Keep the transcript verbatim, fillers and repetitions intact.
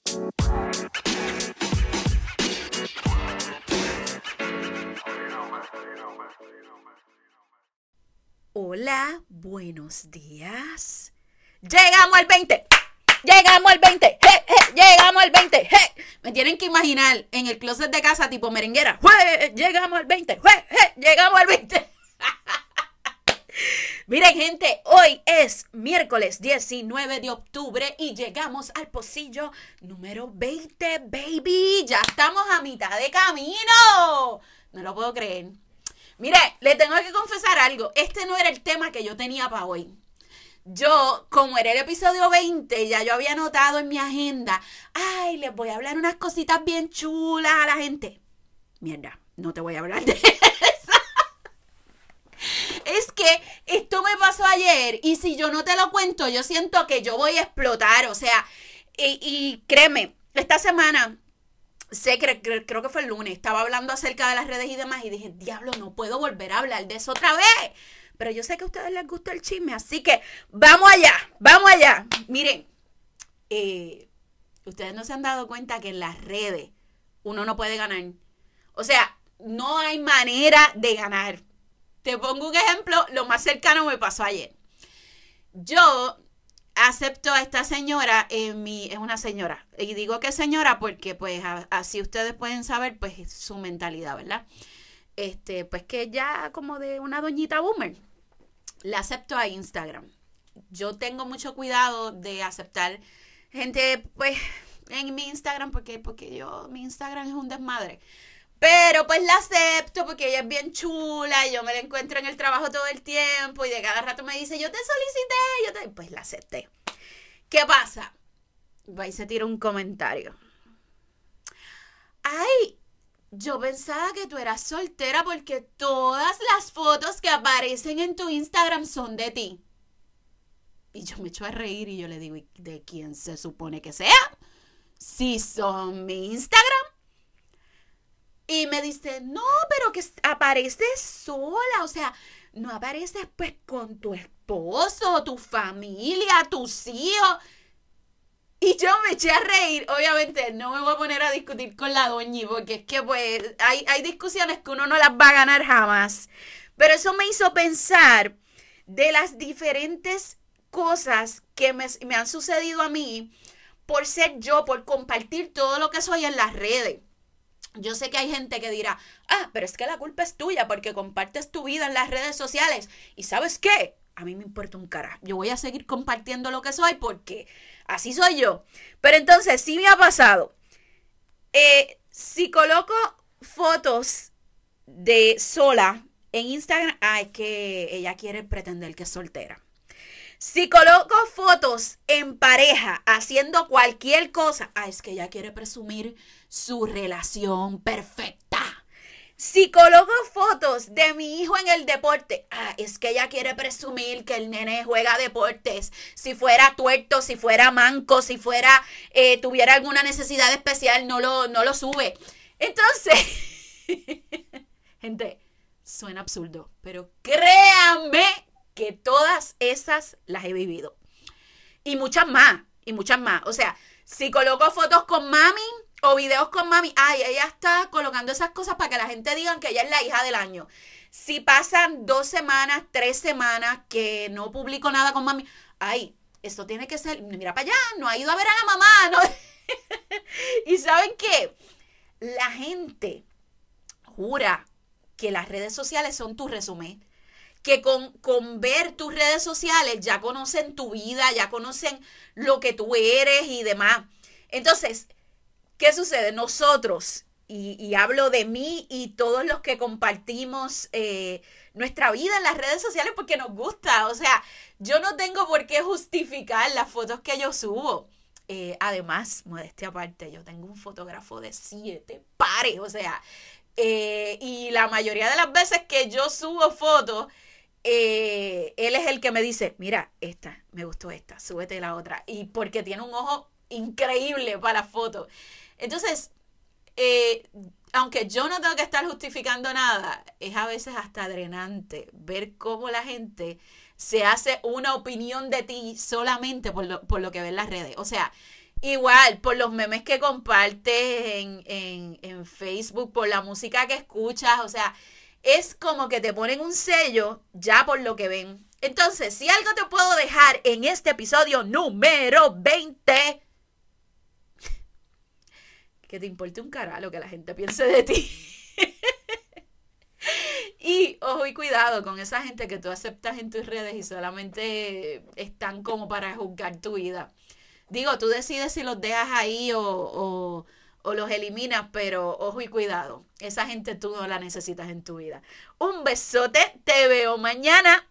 Hola, buenos días. Llegamos al veinte. Llegamos al veinte. Hey, hey, llegamos al veinte. Hey. Me tienen que imaginar en el closet de casa tipo merenguera. Hey, llegamos al veinte. Hey, hey, llegamos al veinte. Miren, gente, hoy es miércoles diecinueve de octubre y llegamos al pocillo número veinte, baby. Ya estamos a mitad de camino. No lo puedo creer. Mire, le tengo que confesar algo. Este no era el tema que yo tenía para hoy. Yo, como era el episodio veinte, ya yo había anotado en mi agenda, ay, les voy a hablar unas cositas bien chulas a la gente. Mierda, no te voy a hablar de eso. Es que esto me pasó ayer y si yo no te lo cuento, yo siento que yo voy a explotar. O sea, y, y créeme, esta semana... Sé, que creo, creo que fue el lunes, estaba hablando acerca de las redes y demás y dije, diablo, no puedo volver a hablar de eso otra vez. Pero yo sé que a ustedes les gusta el chisme, así que vamos allá, vamos allá. Miren, eh, ustedes no se han dado cuenta que en las redes uno no puede ganar. O sea, no hay manera de ganar. Te pongo un ejemplo, lo más cercano me pasó ayer. Yo... acepto a esta señora en mi, es una señora, y digo que señora porque pues a, así ustedes pueden saber pues su mentalidad, ¿verdad? Este, pues que ya como de una doñita boomer, la acepto a Instagram. Yo tengo mucho cuidado de aceptar gente pues en mi Instagram porque, porque yo, mi Instagram es un desmadre. Pero pues la acepto porque ella es bien chula y yo me la encuentro en el trabajo todo el tiempo y de cada rato me dice, yo te solicité, yo te... Pues la acepté. ¿Qué pasa? Va y se tira un comentario. Ay, yo pensaba que tú eras soltera porque todas las fotos que aparecen en tu Instagram son de ti. Y yo me echo a reír y yo le digo, ¿de quién se supone que sea? Si son mi Instagram. Y me dice, no, pero que apareces sola, o sea, no apareces pues con tu esposo, tu familia, tus hijos. Y yo me eché a reír, obviamente no me voy a poner a discutir con la doña, porque es que pues hay, hay discusiones que uno no las va a ganar jamás. Pero eso me hizo pensar de las diferentes cosas que me, me han sucedido a mí por ser yo, por compartir todo lo que soy en las redes. Yo sé que hay gente que dirá, ah, pero es que la culpa es tuya porque compartes tu vida en las redes sociales. ¿Y sabes qué? A mí me importa un carajo. Yo voy a seguir compartiendo lo que soy porque así soy yo. Pero entonces, sí me ha pasado. Eh, si coloco fotos de sola en Instagram, ah, es que ella quiere pretender que es soltera. Si coloco fotos en pareja haciendo cualquier cosa, ah, es que ella quiere presumir su relación perfecta. Si coloco fotos de mi hijo en el deporte, ah, es que ella quiere presumir que el nene juega deportes. Si fuera tuerto, si fuera manco, si fuera, eh, tuviera alguna necesidad especial, no lo, no lo sube. Entonces, gente, suena absurdo, pero créanme que todas esas las he vivido. Y muchas más, y muchas más. O sea, si coloco fotos con mami o videos con mami, ay, ella está colocando esas cosas para que la gente diga que ella es la hija del año. Si pasan dos semanas, tres semanas que no publico nada con mami, ay, eso tiene que ser, mira para allá, no ha ido a ver a la mamá, ¿no? Y ¿saben qué? La gente jura que las redes sociales son tu resumen. Que con, con ver tus redes sociales ya conocen tu vida, ya conocen lo que tú eres y demás. Entonces, ¿qué sucede? Nosotros, y, y hablo de mí y todos los que compartimos eh, nuestra vida en las redes sociales porque nos gusta. O sea, yo no tengo por qué justificar las fotos que yo subo. Eh, además, modestia aparte, yo tengo un fotógrafo de siete pares. O sea, eh, y la mayoría de las veces que yo subo fotos, Eh, él es el que me dice, mira, esta, me gustó esta, súbete la otra. Y porque tiene un ojo increíble para las fotos. Entonces, eh, aunque yo no tengo que estar justificando nada, es a veces hasta drenante ver cómo la gente se hace una opinión de ti solamente por lo, por lo que ve en las redes. O sea, Igual, por los memes que compartes en, en, en Facebook, por la música que escuchas, o sea, es como que te ponen un sello ya por lo que ven. Entonces, si algo te puedo dejar en este episodio número veinte, que te importe un carajo lo que la gente piense de ti. Y ojo y cuidado con esa gente que tú aceptas en tus redes y solamente están como para juzgar tu vida. Digo, tú decides si los dejas ahí o, o, o los eliminas, pero ojo y cuidado. Esa gente tú no la necesitas en tu vida. Un besote, te veo mañana.